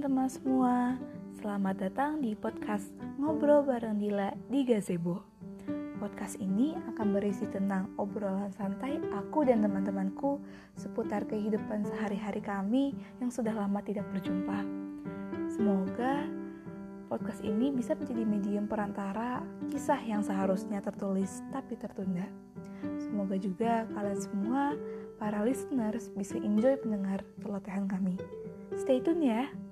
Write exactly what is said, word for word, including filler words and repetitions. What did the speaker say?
teman-teman semua, selamat datang di podcast Ngobrol bareng Dila di Gazebo. Podcast ini akan berisi tentang obrolan santai aku dan teman-temanku seputar kehidupan sehari-hari kami yang sudah lama tidak berjumpa. Semoga podcast ini bisa menjadi medium perantara kisah yang seharusnya tertulis tapi tertunda. Semoga juga kalian semua, para listeners, bisa enjoy mendengar celotehan kami. Stay tune ya.